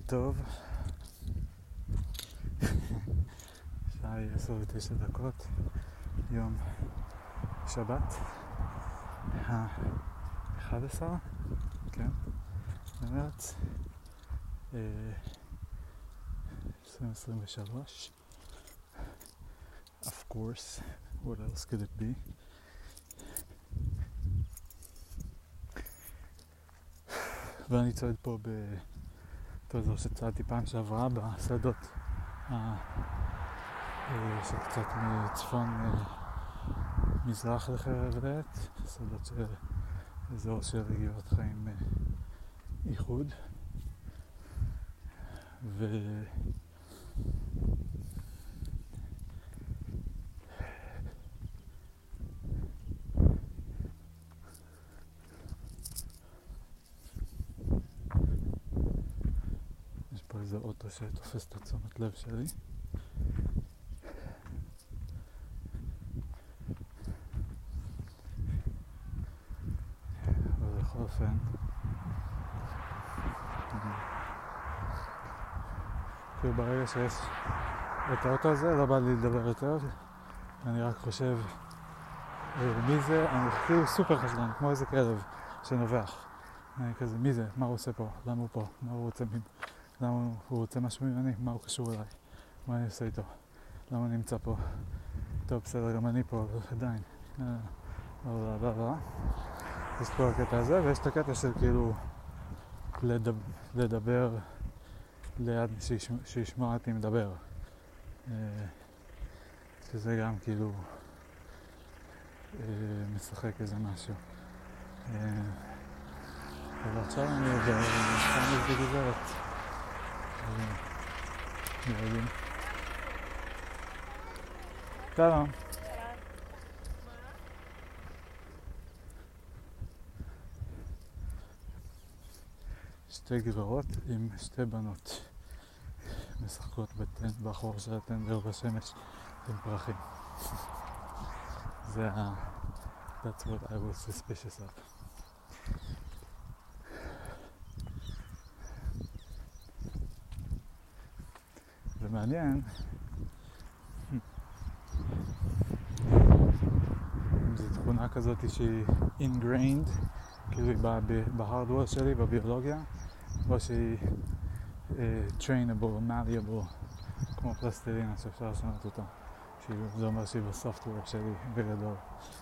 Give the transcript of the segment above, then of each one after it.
טוב. השעה היא 10:09, יום שבת, ה-11, כן, במרץ 2023. Of course, what else could it be? ואני צועד פה בתוזר שצעדתי פעם שעברה בשדות שקצת מצפון מזרח לחרב לעת, שדות של אזור של גבעת חיים איחוד, יש פה איזה אוטו שתופס את תשומת לב שלי. אבל בכל אופן כאילו ברגע שיש את האוטו הזה לא בא לי לדבר יותר, אני רק חושב מי זה, אני כאילו סופר חשדן, כמו איזה כלב שנובח. אני כזה, מי זה? מה הוא עושה פה? למה הוא פה? מה הוא רוצה ממני? למה הוא רוצה משהו ממני? מה הוא קשור אליי? מה אני עושה איתו? למה אני נמצא פה? טוב, בסדר, גם אני פה, אבל עדיין. יש פה הקטע הזה, ויש את הקטע של כאילו לדבר ליד שישמע אותי מדבר. שזה גם כאילו משחק איזה משהו. אבל עכשיו אני עובר, אני איזה גברת. נראים. שלום. שתי גברות עם שתי בנות משחקות בחור של הטנדר בשמש עם פרחים. זה that's what I was suspicious of. זה מעניין אם זו תכונה כזאת שהיא ingrained, כאילו היא בהארדוור שלי, בביולוגיה, או שהיא trainable, malleable, כמו פלסטלינה שאפשר לשנות אותה, זה אומר שהיא בסופטוור שלי בגדול.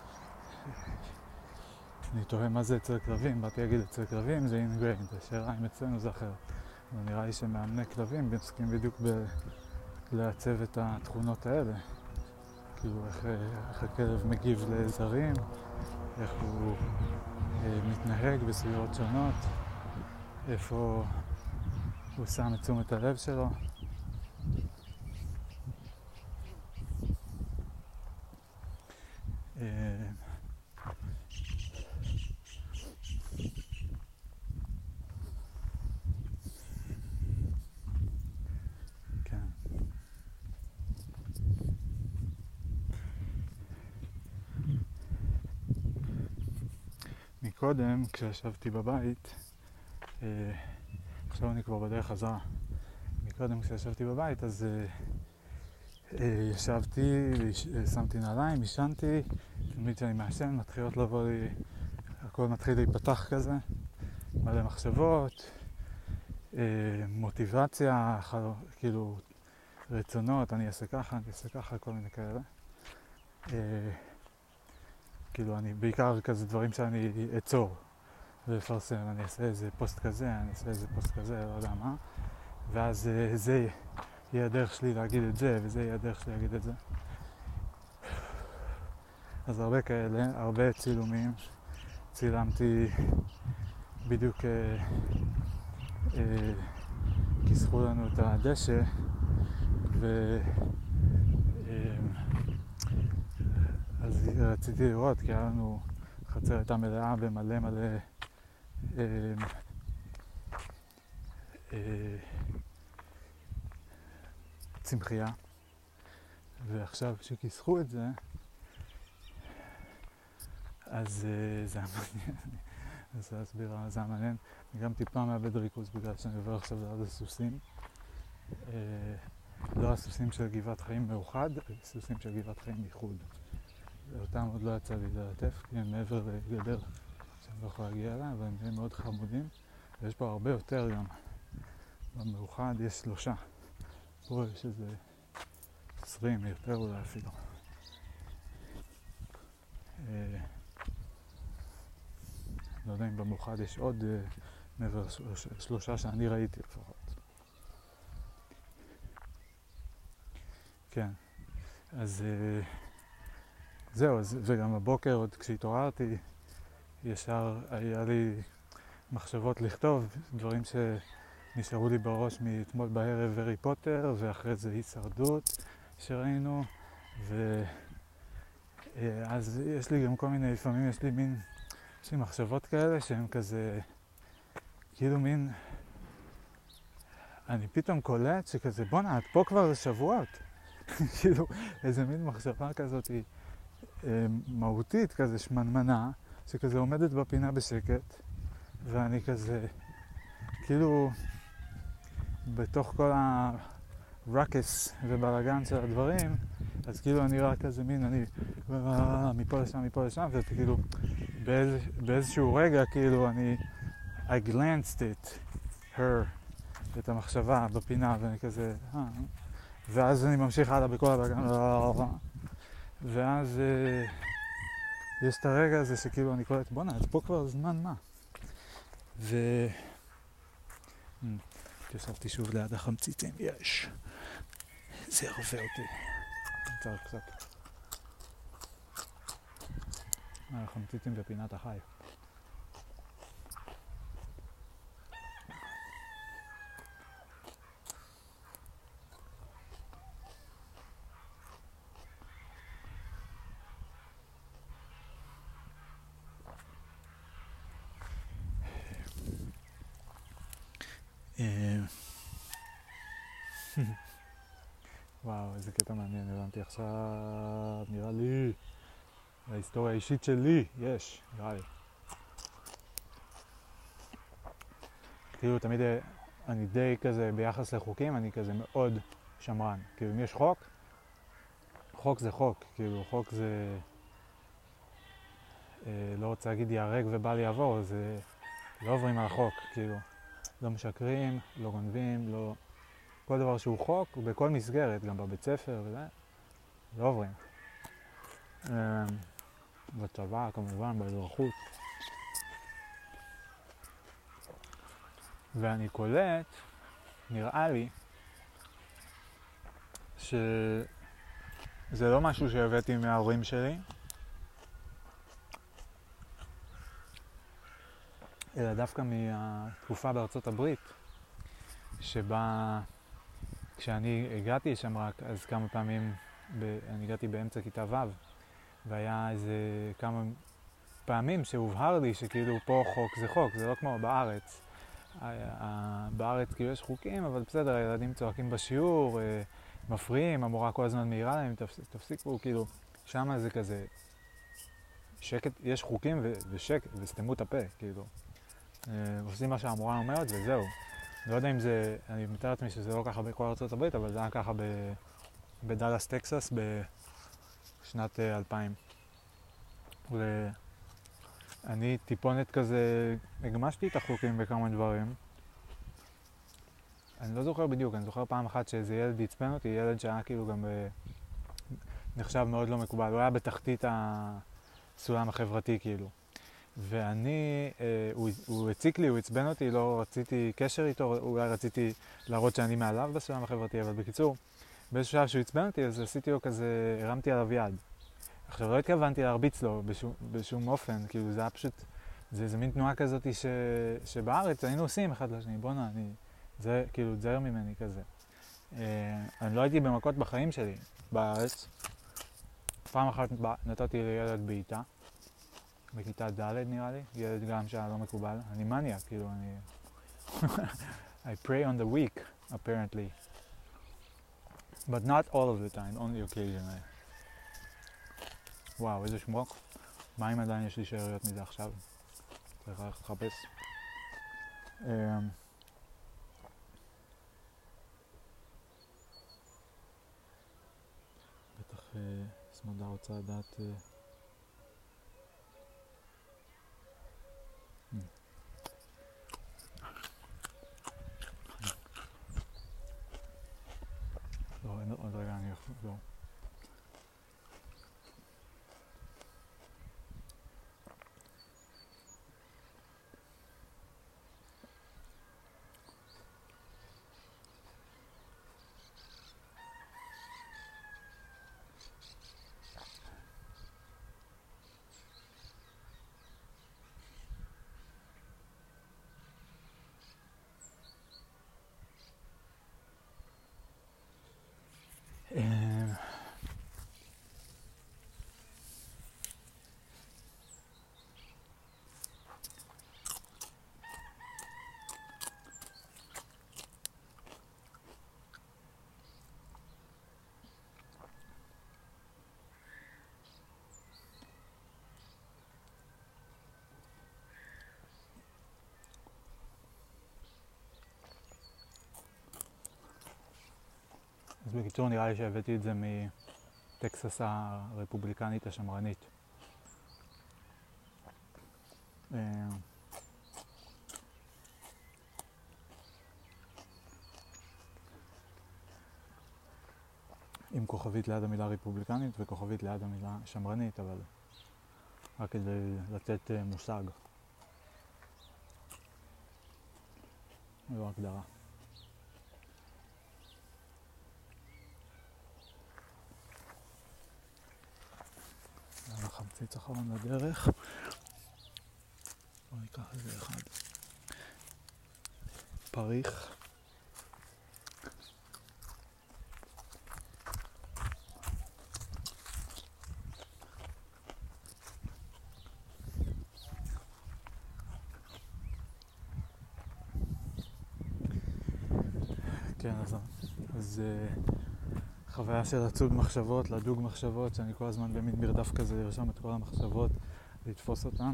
אני תוהה מה זה אצל כלבים, באתי להגיד אצל כלבים זה ingrained, השאלה אם אצלנו זה אחרת. אבל נראה לי שמאמני כלבים עוסקים בדיוק לעצב את התכונות האלה, כאילו איך הכלב מגיב לזרים, איך הוא מתנהג בסביבות שונות, איפה הוא שם את תשומת הלב שלו. כן. מקודם כשישבתי בבית, עכשיו אני כבר בדרך חזרה. מקודם כשישבתי בבית אז ישבתי, שמתי נעליים, ישנתי, תמיד שאני מעשן מתחילות לבוא לי, הכל מתחיל להיפתח כזה, מלא מחשבות, מוטיבציה, כאילו רצונות, אני אעשה ככה, כל מיני כאלה. כאילו אני בעיקר כזה דברים שאני אצור ולפרסם, אני אעשה איזה פוסט כזה, אני אעשה איזה פוסט כזה, לא יודע מה, ואז זה יהיה הדרך שלי להגיד את זה, וזה יהיה הדרך שלי להגיד את זה. אז הרבה כאלה, הרבה צילומים, צילמתי בדיוק כיסחו לנו את הדשא, אז רציתי לראות, כי היה לנו חצר הייתה מלאה במלא צמחייה, ועכשיו כשכיסחו את זה אז זה היה מעניין. אנסה להסביר למה זה מעניין. אני גם טיפה מאבד ריכוז בגלל שאני עובר עכשיו ליד הסוסים. לא הסוסים של גבעת חיים מאוחד, הסוסים של גבעת חיים איחוד. אותם עוד לא יצא לי ללטף, כי הם מעבר לגדר שאני לא יכול להגיע אליה, אבל הם מאוד חמודים. ויש פה הרבה יותר גם. במאוחד יש 3. פה יש איזה 20, יותר אולי אפילו. לא יודע אם במאוחד יש עוד מעבר 3 שאני ראיתי לפחות. כן, אז זהו, וגם הבוקר עוד כשהתעוררתי ישר היה לי מחשבות לכתוב דברים שנשארו לי בראש מאתמול בערב הארי פוטר, ואחרי זה הישרדות שראינו, אז יש לי גם כל מיני, לפעמים יש לי מחשבות כאלה שהן כזה, כאילו מין, אני פתאום קולט שכזה, בונה, את פה כבר שבועות. כאילו, איזה מין מחשבה כזאת מהותית, כזה שמנמנה, שכזה עומדת בפינה בשקט, ואני כזה, כאילו, בתוך כל הרקס ובלגן של הדברים, אז כאילו אני רק כזה מין, אני מפה לשם, וכאילו באיזשהו רגע, כאילו I glanced את המחשבה בפינה, ואני כזה, ואז אני ממשיך הלאה בכל הבלגן, ואז יש את הרגע הזה שכאילו אני קולט, בונה, את פה כבר זמן מה? ישבתי שוב ליד החמציצים, יש. זה רופא אותי. צריך קצת. החמציצים בפינת החי. וואו, איזה קטע מעניין, הבנתי עכשיו, נראה לי, ההיסטוריה האישית שלי, יש, נראה לי. כאילו תמיד אני די כזה, ביחס לחוקים, אני כזה מאוד שמרן. כאילו אם יש חוק זה חוק, כאילו חוק זה, לא רוצה להגיד יהרג ובל יעבור, זה לא עוברים על החוק, כאילו. לא משקרים, לא גונבים, לא... כל דבר שהוא חוק, בכל מסגרת, גם בבית ספר וזה, לא עוברים. בצבא, כמובן, באזרחות. ואני קולט, נראה לי, שזה לא משהו שהבאתי מההורים שלי, אלא דווקא מהתקופה בארצות הברית, שבה כשאני הגעתי שם רק, אז כמה פעמים, אני הגעתי באמצע כיתה ו', והיה איזה כמה פעמים שהובהר לי שכאילו פה חוק זה חוק, זה לא כמו בארץ. בארץ כאילו יש חוקים, אבל בסדר, הילדים צועקים בשיעור, מפריעים, המורה כל הזמן מעירה להם, תפסיקו, כאילו, שמה זה כזה, שקט, יש חוקים ושקט, וסתמו את הפה, כאילו. עושים מה שהמורה אומרת וזהו. לא יודע אם זה, אני מתאר לעצמי שזה לא ככה בכל ארצות הברית, אבל זה היה ככה בדלס, טקסס, בשנת 2000. ואני טיפונת כזה, הגמשתי את החוקים בכמה דברים. אני לא זוכר בדיוק, אני זוכר פעם אחת שאיזה ילד יצפן אותי, ילד שהיה כאילו גם נחשב מאוד לא מקובל, הוא היה בתחתית הסולם החברתי כאילו. ואני, הוא הציק לי, הוא הצבן אותי, לא רציתי קשר איתו, אולי רציתי להראות שאני מעליו בסולם החברתי, אבל בקיצור, באיזשהו שלב שהוא הצבן אותי, אז עשיתי לו כזה, הרמתי עליו יד. עכשיו לא התכוונתי להרביץ לו בשום אופן, כאילו זה היה פשוט, זה מין תנועה כזאת שבארץ היינו עושים אחד לשני, בונה, זה כאילו תזהר ממני כזה. אני לא הייתי במכות בחיים שלי בארץ. פעם אחת נתתי לילד בעיטה, בכיתה ד' נראה לי, ילד גם שהיה לא מקובל. אני מניאק, כאילו אני... I pray on the weak, apparently. But not all of the time, only occasionally. וואו, איזה שמוק. מים עדיין יש לי שאריות מזה עכשיו. צריך ללכת לחפש. בטח סמדה רוצה לדעת לא, עוד רגע אני אחזור. אז בקיצור נראה לי שהבאתי את זה מטקסס הרפובליקנית השמרנית. עם כוכבית ליד המילה רפובליקנית וכוכבית ליד המילה שמרנית, אבל רק כדי לתת מושג. לא הגדרה. חמציץ אחרון לדרך. בואו ניקח איזה אחד. פריך. כן, אז חוויה של לצוד מחשבות, לדוג מחשבות, שאני כל הזמן במין מרדף כזה לרשום את כל המחשבות, לתפוס אותן.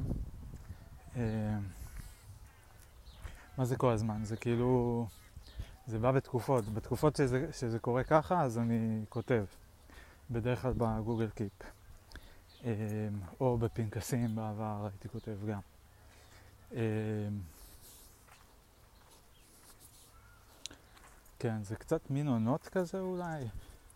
מה זה כל הזמן? זה כאילו, זה בא בתקופות שזה קורה ככה, אז אני כותב, בדרך כלל בגוגל קיפ, או בפנקסים בעבר הייתי כותב גם. כן, זה קצת מין עונות כזה אולי.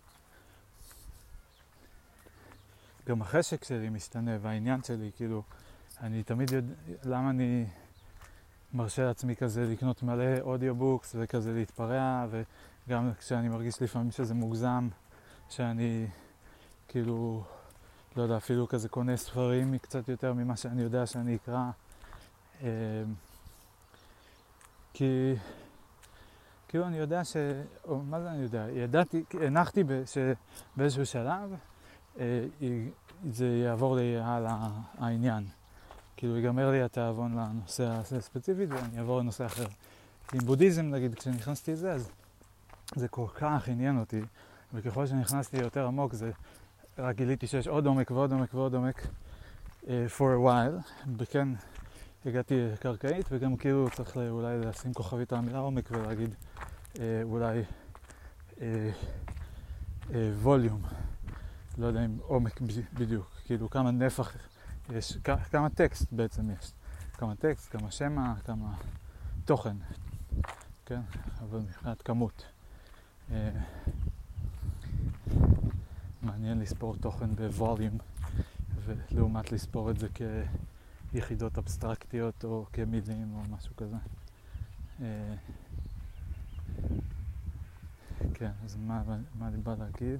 גם החשק שלי משתנה, והעניין שלי, כאילו, אני תמיד יודע למה אני מרשה לעצמי כזה לקנות מלא אודיובוקס וכזה להתפרע, וגם כשאני מרגיש לפעמים שזה מוגזם, שאני כאילו, לא יודע, אפילו כזה קונה ספרים קצת יותר ממה שאני יודע שאני אקרא. כי כאילו אני יודע או מה זה אני יודע, הנחתי באיזשהו שלב, זה יעבור לי הלאה העניין. כאילו ייגמר לי התאבון לנושא הספציפית ואני אעבור לנושא אחר. עם בודהיזם נגיד, כשנכנסתי לזה, אז זה כל כך עניין אותי, וככל שנכנסתי יותר עמוק זה רק גיליתי שיש עוד עומק ועוד עומק ועוד עומק for a while, וכן הגעתי קרקעית, וגם כאילו צריך אולי לשים כוכבית על המילה עומק ולהגיד אולי ווליום, לא יודע אם עומק בדיוק, כאילו כמה נפח יש, כמה טקסט בעצם יש, כמה טקסט, כמה שמה, כמה תוכן, כן, אבל מבחינת כמות. מעניין לספור תוכן בווליום, ולעומת לספור את זה כיחידות אבסטרקטיות או כמילים או משהו כזה. כן, אז מה אני בא להגיד?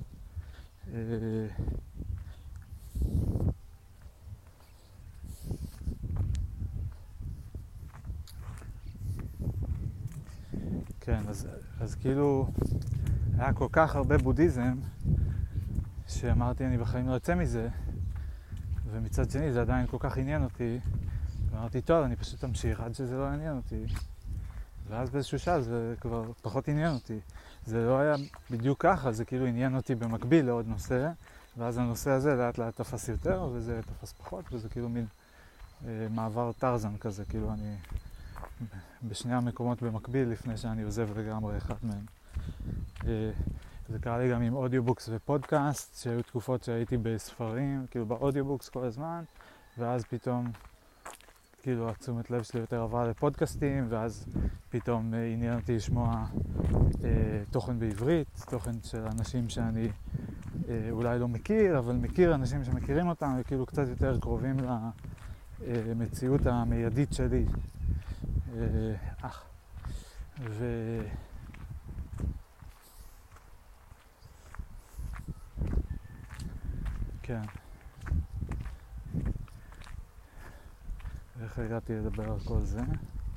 כן, אז כאילו היה כל כך הרבה בודהיזם שאמרתי אני בחיים לא יוצא מזה, ומצד שני זה עדיין כל כך עניין אותי, ואמרתי טוב אני פשוט אמשיך עד שזה לא עניין אותי, ואז באיזשהו שעה זה כבר פחות עניין אותי. זה לא היה בדיוק ככה, זה כאילו עניין אותי במקביל לעוד נושא, ואז הנושא הזה לאט לאט תפס יותר וזה תפס פחות, וזה כאילו מין מעבר טרזן כזה, כאילו אני בשני המקומות במקביל לפני שאני עוזב לגמרי אחד מהם. זה קרה לי גם עם אודיובוקס ופודקאסט, שהיו תקופות שהייתי בספרים, כאילו באודיובוקס כל הזמן, ואז פתאום כאילו התשומת לב שלי יותר עברה לפודקאסטים, ואז פתאום עניין אותי לשמוע תוכן בעברית, תוכן של אנשים שאני אולי לא מכיר, אבל מכיר אנשים שמכירים אותם, וכאילו קצת יותר קרובים למציאות המיידית שלי. כן. איך הגעתי לדבר על כל זה?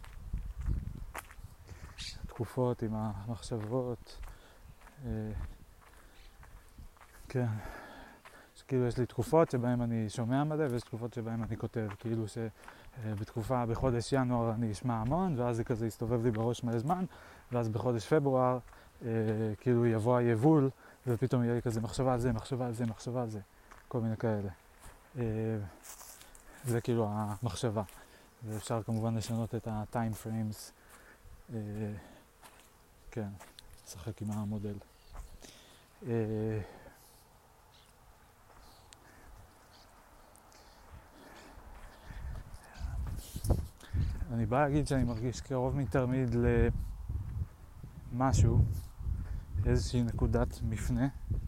תקופות עם המחשבות. כן. כאילו יש לי תקופות שבהן אני שומע מלא ויש תקופות שבהן אני כותב. כאילו שבתקופה, בחודש ינואר אני אשמע המון ואז זה כזה יסתובב לי בראש מלא זמן, ואז בחודש פברואר כאילו יבוא היבול ופתאום יהיה לי כזה מחשבה על זה, מחשבה על זה, מחשבה על זה. כל מיני כאלה. זה כאילו המחשבה. ואפשר כמובן לשנות את ה-time frames. כן, לשחק עם המודל. אני בא להגיד שאני מרגיש קרוב מתמיד למשהו, איזושהי נקודת מפנה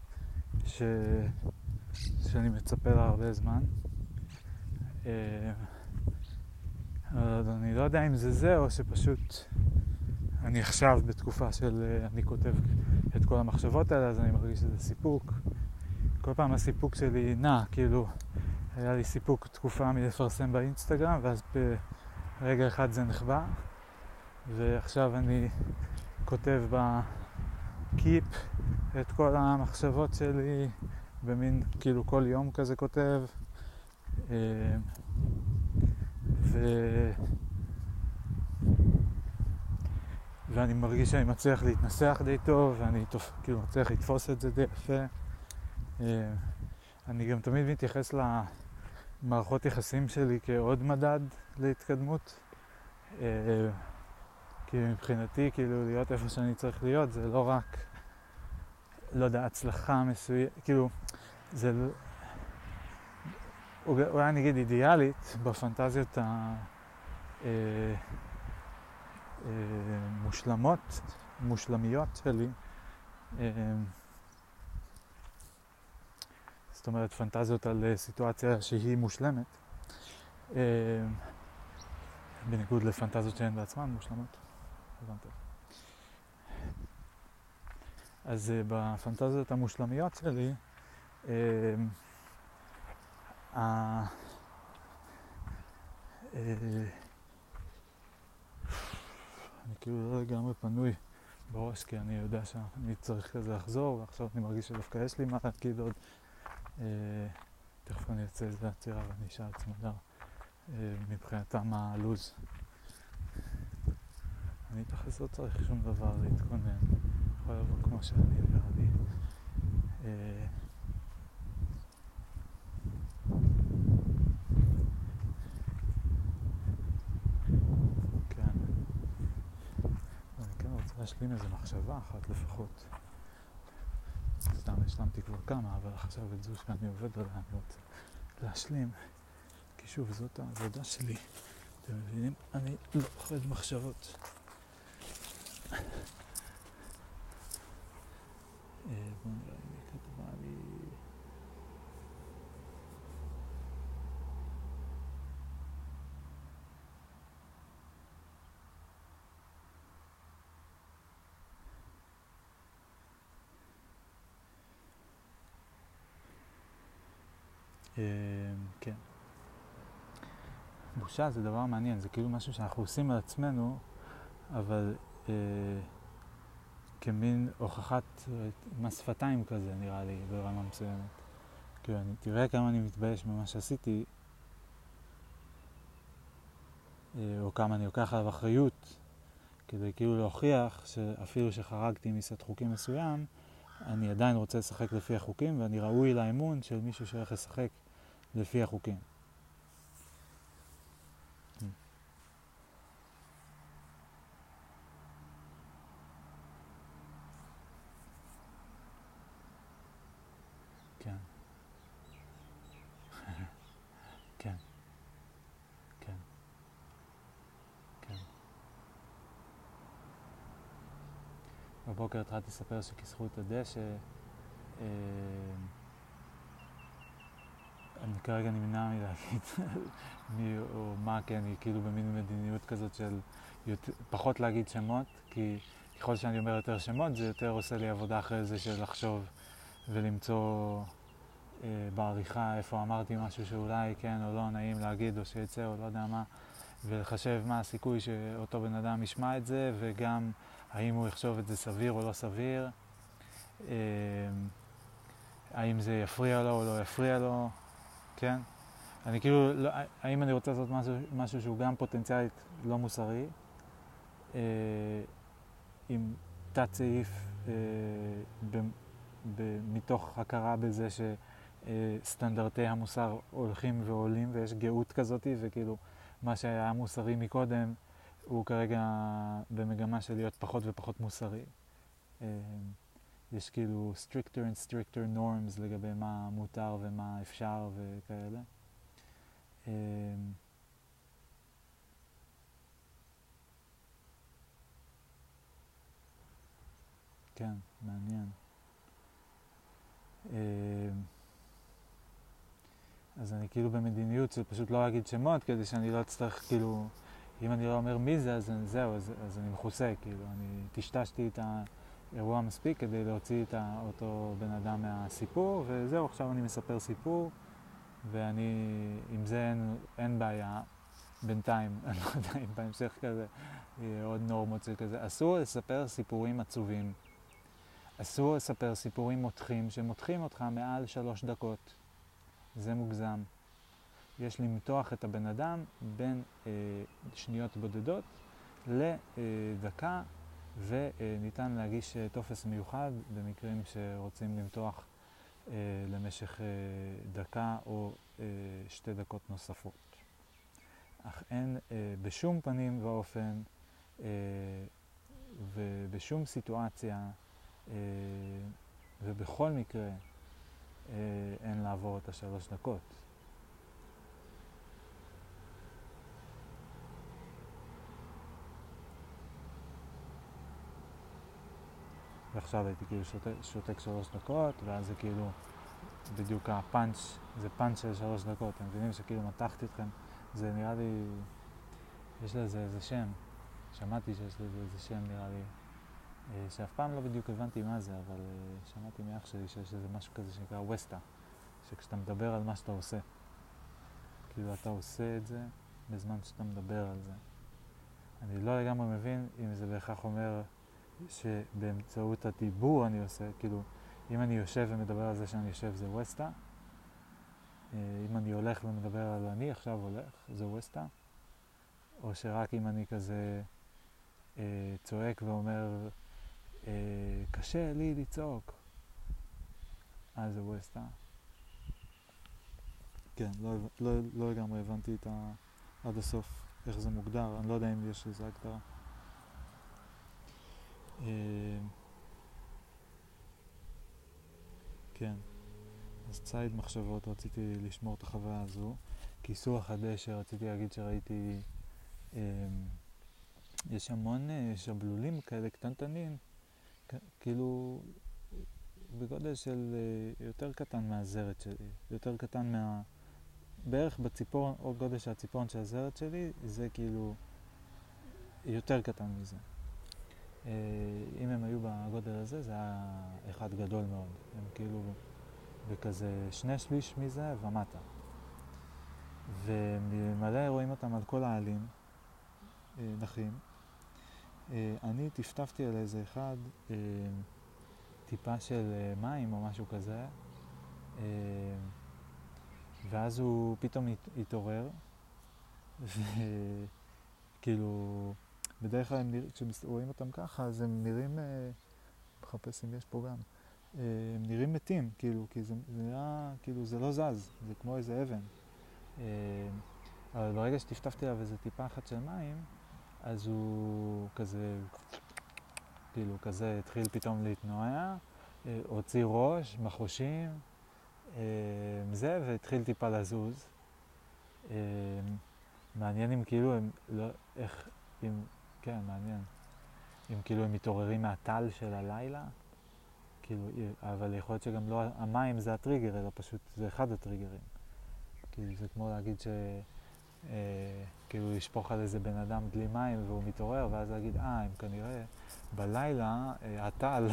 שאני מצפה לה הרבה זמן. אבל אני לא יודע אם זה או שפשוט אני עכשיו בתקופה של אני כותב את כל המחשבות האלה, אז אני מרגיש שזה סיפוק. כל פעם הסיפוק שלי נע, כאילו היה לי סיפוק תקופה מלפרסם באינסטגרם, ואז ברגע אחד זה נחבא, ועכשיו אני כותב בקיפ את כל המחשבות שלי, במין כאילו כל יום כזה כותב, ואני מרגיש שאני מצליח להתנסח די טוב, ואני כאילו מצליח לתפוס את זה די יפה. אני גם תמיד מתייחס למערכות יחסים שלי כעוד מדד להתקדמות. כי מבחינתי, כאילו להיות איפה שאני צריך להיות, זה לא רק, לא יודע, הצלחה מסוימת, כאילו, זה אולי נגיד אידיאלית בפנטזיות מושלמיות שלי. זאת אומרת, פנטזיות על סיטואציה שהיא מושלמת, בניגוד לפנטזיות שהן בעצמן מושלמות. הבנתי. אז בפנטזיות המושלמיות שלי, אני כאילו לא לגמרי פנוי בראש, כי אני יודע שאני צריך כזה לחזור, ועכשיו אני מרגיש שדווקא יש לי מה להגיד עוד. תכף אני אצא איזה עצירה ואני אשאל את סמדר מבחינתם הלוז. אני תכף לא צריך שום דבר להתכונן, יכול לבוא כמו שאני נראה לי. כן. אני כן רוצה להשלים איזו מחשבה אחת לפחות. סתם השלמתי כבר כמה, אבל עכשיו את זו שאני עובד עליה אני רוצה להשלים, כי שוב זאת העבודה שלי, אתם מבינים? אני לא אוכל מחשבות. בואו נראה אם היא כתבה לי. כן. בושה זה דבר מעניין, זה כאילו משהו שאנחנו עושים על עצמנו, אבל כמין הוכחת מס שפתיים כזה נראה לי ברמה מסוימת. כאילו תראה כמה אני מתבייש ממה שעשיתי, או כמה אני לוקח עליו אחריות, כדי כאילו להוכיח שאפילו שחרגתי מסט חוקים מסוים, אני עדיין רוצה לשחק לפי החוקים, ואני ראוי לאמון של מישהו שהולך לשחק לפי החוקים. בבוקר התחלתי לספר שכיסחו את הדשא. אני כרגע נמנע מלהגיד מי או מה, כי אני כאילו במין מדיניות כזאת של פחות להגיד שמות, כי ככל שאני אומר יותר שמות זה יותר עושה לי עבודה אחרי זה של לחשוב ולמצוא בעריכה איפה אמרתי משהו שאולי כן או לא נעים להגיד או שיצא או לא יודע מה, ולחשב מה הסיכוי שאותו בן אדם ישמע את זה, וגם האם הוא יחשוב את זה סביר או לא סביר, האם זה יפריע לו או לא יפריע לו, כן? אני כאילו, לא, האם אני רוצה לעשות משהו שהוא גם פוטנציאלית לא מוסרי, עם תת סעיף מתוך הכרה בזה שסטנדרטי המוסר הולכים ועולים ויש גאות כזאת, וכאילו מה שהיה מוסרי מקודם הוא כרגע במגמה של להיות פחות ופחות מוסרי. יש כאילו stricter and stricter norms לגבי מה מותר ומה אפשר וכאלה. כן, מעניין. אז אני כאילו במדיניות של פשוט לא להגיד שמות, כדי שאני לא אצטרך, כאילו, אם אני לא אומר מי זה, אז זהו, אז אני מחוסה, כאילו, אני טשטשתי את האירוע מספיק כדי להוציא את אותו בן אדם מהסיפור, וזהו, עכשיו אני מספר סיפור, ואני, עם זה אין בעיה, בינתיים, אני לא יודע אם בהמשך כזה, עוד נורמות של כזה. אסור לספר סיפורים עצובים, אסור לספר סיפורים מותחים, שמותחים אותך מעל 3 דקות. זה מוגזם. יש למתוח את הבן אדם בין שניות בודדות לדקה, וניתן להגיש טופס מיוחד במקרים שרוצים למתוח למשך דקה או 2 דקות נוספות. אך אין בשום פנים ואופן ובשום סיטואציה ובכל מקרה אין לעבור את 3 דקות. ועכשיו הייתי כאילו שותק 3 דקות, ואז זה כאילו בדיוק הפאנץ', זה פאנץ' של 3 דקות. אתם מבינים שכאילו מתחתי אתכם, זה נראה לי, יש לזה איזה שם, שמעתי שיש לזה איזה שם נראה לי, שאף פעם לא בדיוק הבנתי מה זה, אבל שמעתי מאח שלי שיש איזה משהו כזה שנקרא ווסטה, שכשאתה מדבר על מה שאתה עושה, כאילו אתה עושה את זה בזמן שאתה מדבר על זה. אני לא לגמרי מבין אם זה בהכרח אומר שבאמצעות הדיבור אני עושה, כאילו אם אני יושב ומדבר על זה שאני יושב זה ווסטה, אם אני הולך ומדבר על אני עכשיו הולך זה ווסטה, או שרק אם אני כזה צועק ואומר קשה לי לצעוק, אז זה ווסטה. כן, לא לגמרי הבנתי עד הסוף איך זה מוגדר, אני לא יודע אם יש לזה הגדרה. כן, אז ציד מחשבות, רציתי לשמור את החוויה הזו. כיסוח הדשא, רציתי להגיד שראיתי, יש המון שבלולים כאלה קטנטנים, כאילו בגודל של יותר קטן מהזרת שלי, יותר קטן בערך בציפורן, או גודל של הציפורן של הזרת שלי, זה כאילו יותר קטן מזה. אם הם היו בגודל הזה, זה היה אחד גדול מאוד. הם כאילו בכזה 2/3 מזה ומטה. ומלא רואים אותם על כל העלים, נחים. אני טפטפתי על איזה אחד, טיפה של מים או משהו כזה, ואז הוא פתאום התעורר, וכאילו, בדרך כלל כשרואים אותם ככה, אז הם נראים, מחפש אם יש פה גם, הם נראים מתים, כאילו, כי זה נראה, כאילו, זה לא זז, זה כמו איזה אבן. אבל ברגע שטפטפתי עליו איזה טיפה אחת של מים, אז הוא כזה, כאילו, כזה התחיל פתאום להתנועע, הוציא ראש, מחושים, זה, והתחיל טיפה לזוז. מעניין אם כאילו הם לא, איך, אם, כן, מעניין. אם כאילו הם מתעוררים מהטל של הלילה, כאילו, אבל יכול להיות שגם לא המים זה הטריגר, אלא פשוט זה אחד הטריגרים. כאילו זה כמו להגיד כאילו לשפוך על איזה בן אדם דלי מים והוא מתעורר, ואז להגיד, הם כנראה בלילה הטל,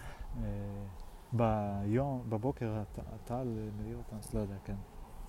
בבוקר הטל מאיר אותם, לא יודע, כן.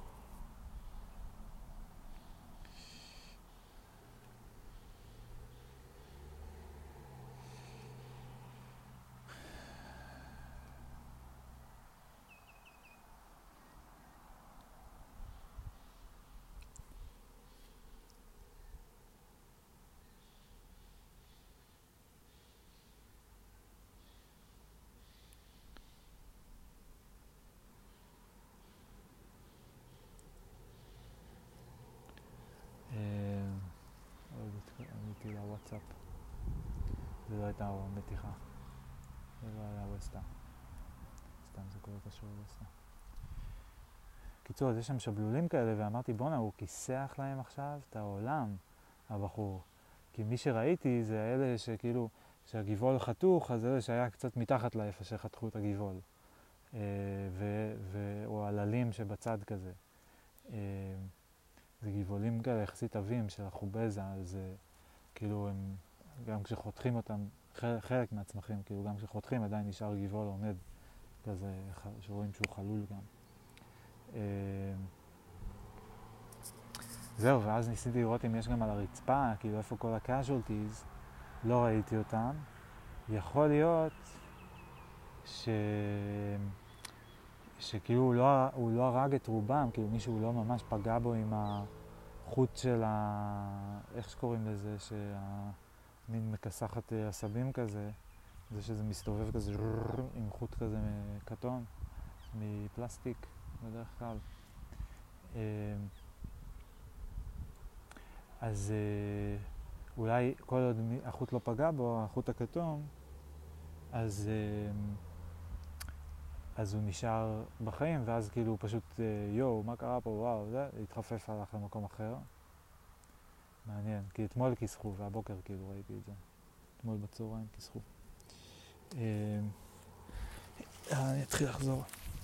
עניתי לוואטסאפ, זה לא הייתה מתיחה, זה לא היה ווסטה, סתם זה קורה קשור לווסטה. קיצור, אז יש שם שבלולים כאלה, ואמרתי בונה, הוא כיסח להם עכשיו את העולם, הבחור. כי מי שראיתי זה האלה שכאילו, שהגיבול חתוך, אז אלה שהיה קצת מתחת לאיפה שחתכו את הגיבול. או הללים שבצד כזה. זה גיבולים כאלה יחסית עבים של החובזה, אז כאילו הם, גם כשחותכים אותם, חלק מהצמחים, כאילו גם כשחותכים עדיין נשאר גיבול עומד כזה, שרואים שהוא חלול גם. זהו, ואז ניסיתי לראות אם יש גם על הרצפה, כאילו איפה כל ה-casualties, לא ראיתי אותם. יכול להיות שכאילו הוא לא הרג את רובם, כאילו מישהו לא ממש פגע בו עם החוט של איך שקוראים לזה, שהמין מכסחת עשבים כזה, זה שזה מסתובב כזה עם חוט כזה מקטון, מפלסטיק בדרך כלל. אז אולי כל עוד החוט לא פגע בו, החוט הכתום, אז הוא נשאר בחיים, ואז כאילו פשוט, מה קרה פה, וואו, זה, התחפף, הלך למקום אחר. מעניין, כי אתמול כיסחו, והבוקר כאילו ראיתי את זה. אתמול בצהריים כיסחו. אני אתחיל לחזור.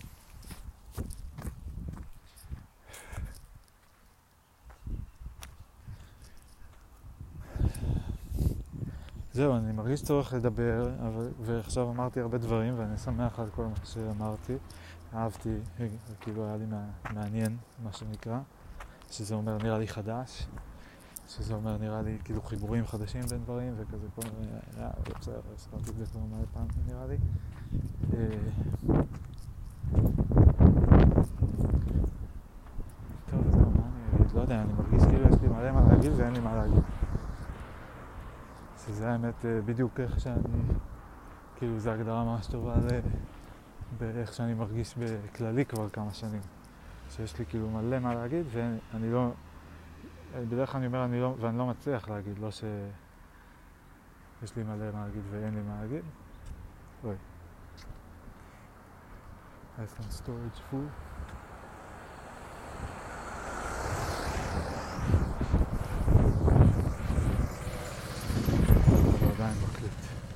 זהו, אני מרגיש צורך לדבר, ועכשיו אמרתי הרבה דברים, ואני שמח על כל מה שאמרתי. אהבתי, כאילו היה לי מעניין, מה שנקרא, שזה אומר נראה לי חדש, שזה אומר נראה לי כאילו חיבורים חדשים בין דברים, וכזה כל מיני, בסדר, הסתרתי את זה כבר מלא פעמים נראה לי. טוב, זהו, מה אני אגיד? לא יודע, אני מרגיש כאילו יש לי מלא מה להגיד ואין לי מה להגיד. שזה האמת בדיוק איך שאני, כאילו זו הגדרה ממש טובה באיך שאני מרגיש בכללי כבר כמה שנים. שיש לי כאילו מלא מה להגיד ואני לא, בדרך כלל אני אומר אני לא, ואני לא מצליח להגיד, לא שיש לי מלא מה להגיד ואין לי מה להגיד. אוי. Iceland storage full. עדיין מקליט.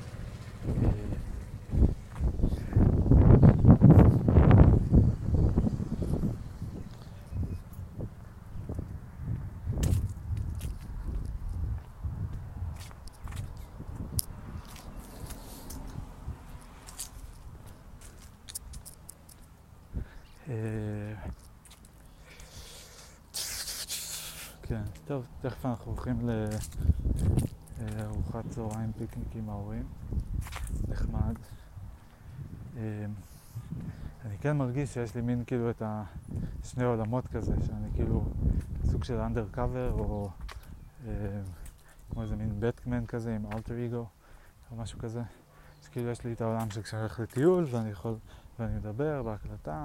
כן, טוב, תכף אנחנו הולכים לארוחת צהריים פיקניק עם ההורים, נחמד. אני כן מרגיש שיש לי מין כאילו את שני עולמות כזה, שאני כאילו סוג של undercover או כמו איזה מין בטמן כזה עם alter ego או משהו כזה. אז כאילו יש לי את העולם שכשאני הולך לטיול ואני מדבר בהקלטה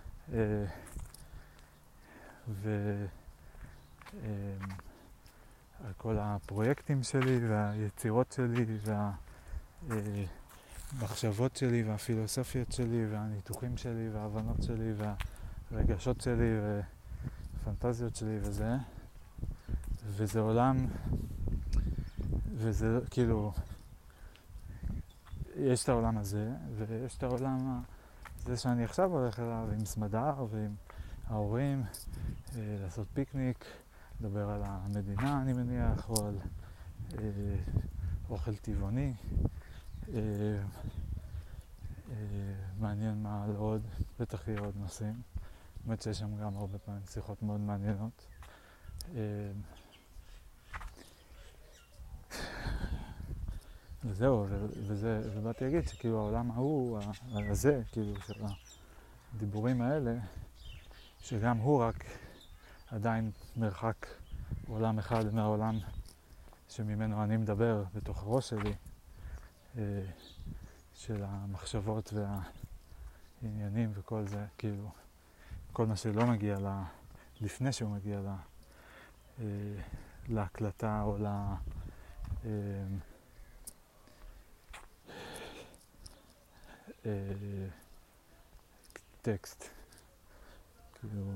על כל הפרויקטים שלי והיצירות שלי והמחשבות שלי והפילוסופיות שלי והניתוחים שלי וההבנות שלי והרגשות שלי והפנטזיות שלי וזה עולם, וזה כאילו יש את העולם הזה, ויש את העולם הזה שאני עכשיו הולך אליו עם סמדר ועם ההורים, לעשות פיקניק, לדבר על המדינה אני מניח, או על אוכל טבעוני. מעניין מה על עוד, בטח יהיה עוד נושאים. באמת שיש שם גם הרבה פעמים שיחות מאוד מעניינות. וזהו, ובאתי להגיד שכאילו העולם ההוא, הזה, כאילו של הדיבורים האלה, שגם הוא רק עדיין מרחק עולם אחד מהעולם שממנו אני מדבר בתוך הראש שלי, של המחשבות והעניינים וכל זה, כאילו כל מה שלא מגיע לפני שהוא מגיע להקלטה או טקסט, כאילו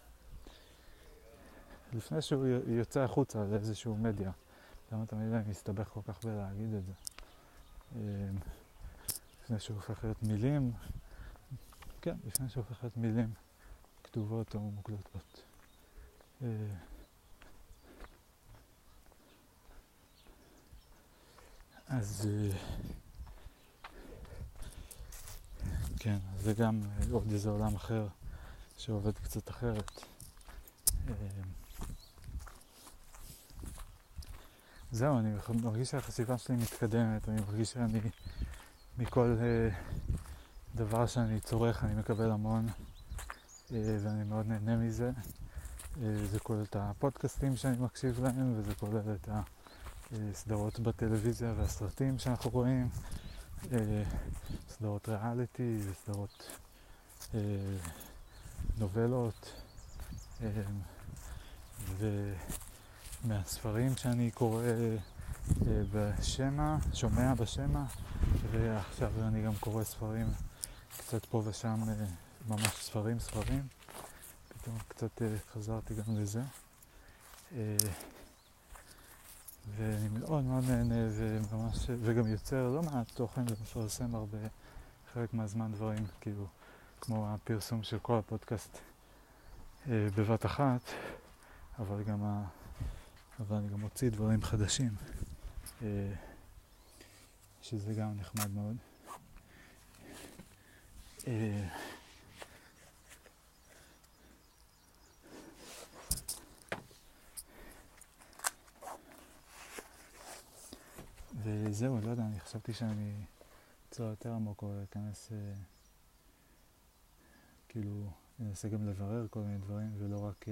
לפני שהוא יוצא החוצה לאיזשהו מדיה. למה תמיד אני מסתבך כל כך בלהגיד את זה? לפני שהוא הופך להיות מילים, כן, לפני שהוא הופך להיות מילים כתובות או מוקלטות. אז כן, אז זה גם עוד איזה עולם אחר שעובד קצת אחרת. זהו, אני מרגיש שהחשיבה שלי מתקדמת, אני מרגיש שאני מכל דבר שאני צורך אני מקבל המון, ואני מאוד נהנה מזה. זה כולל את הפודקאסטים שאני מקשיב להם, וזה כולל את הסדרות בטלוויזיה והסרטים שאנחנו רואים, סדרות ריאליטי וסדרות נובלות, ומהספרים שאני קורא בשמה, שומע בשמה, ועכשיו אני גם קורא ספרים קצת פה ושם, ממש ספרים, פתאום קצת חזרתי גם לזה. ואני מאוד מאוד נהנה וממש, וגם יוצר לא מעט תוכן ומפרסם הרבה, חלק מהזמן דברים, כאילו, כמו הפרסום של כל הפודקאסט בבת אחת, אבל אני גם מוציא דברים חדשים, שזה גם נחמד מאוד. וזהו, לא יודע, אני חשבתי שאני אצלו יותר עמוק או אכנס, כאילו, אנסה גם לברר כל מיני דברים, ולא רק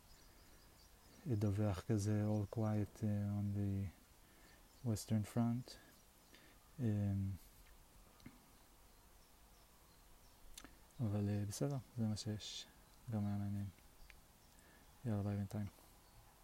אדווח כזה all quiet on the western front. אבל בסדר, זה מה שיש, גם היה מעניין. יאללה, ביי בינתיים.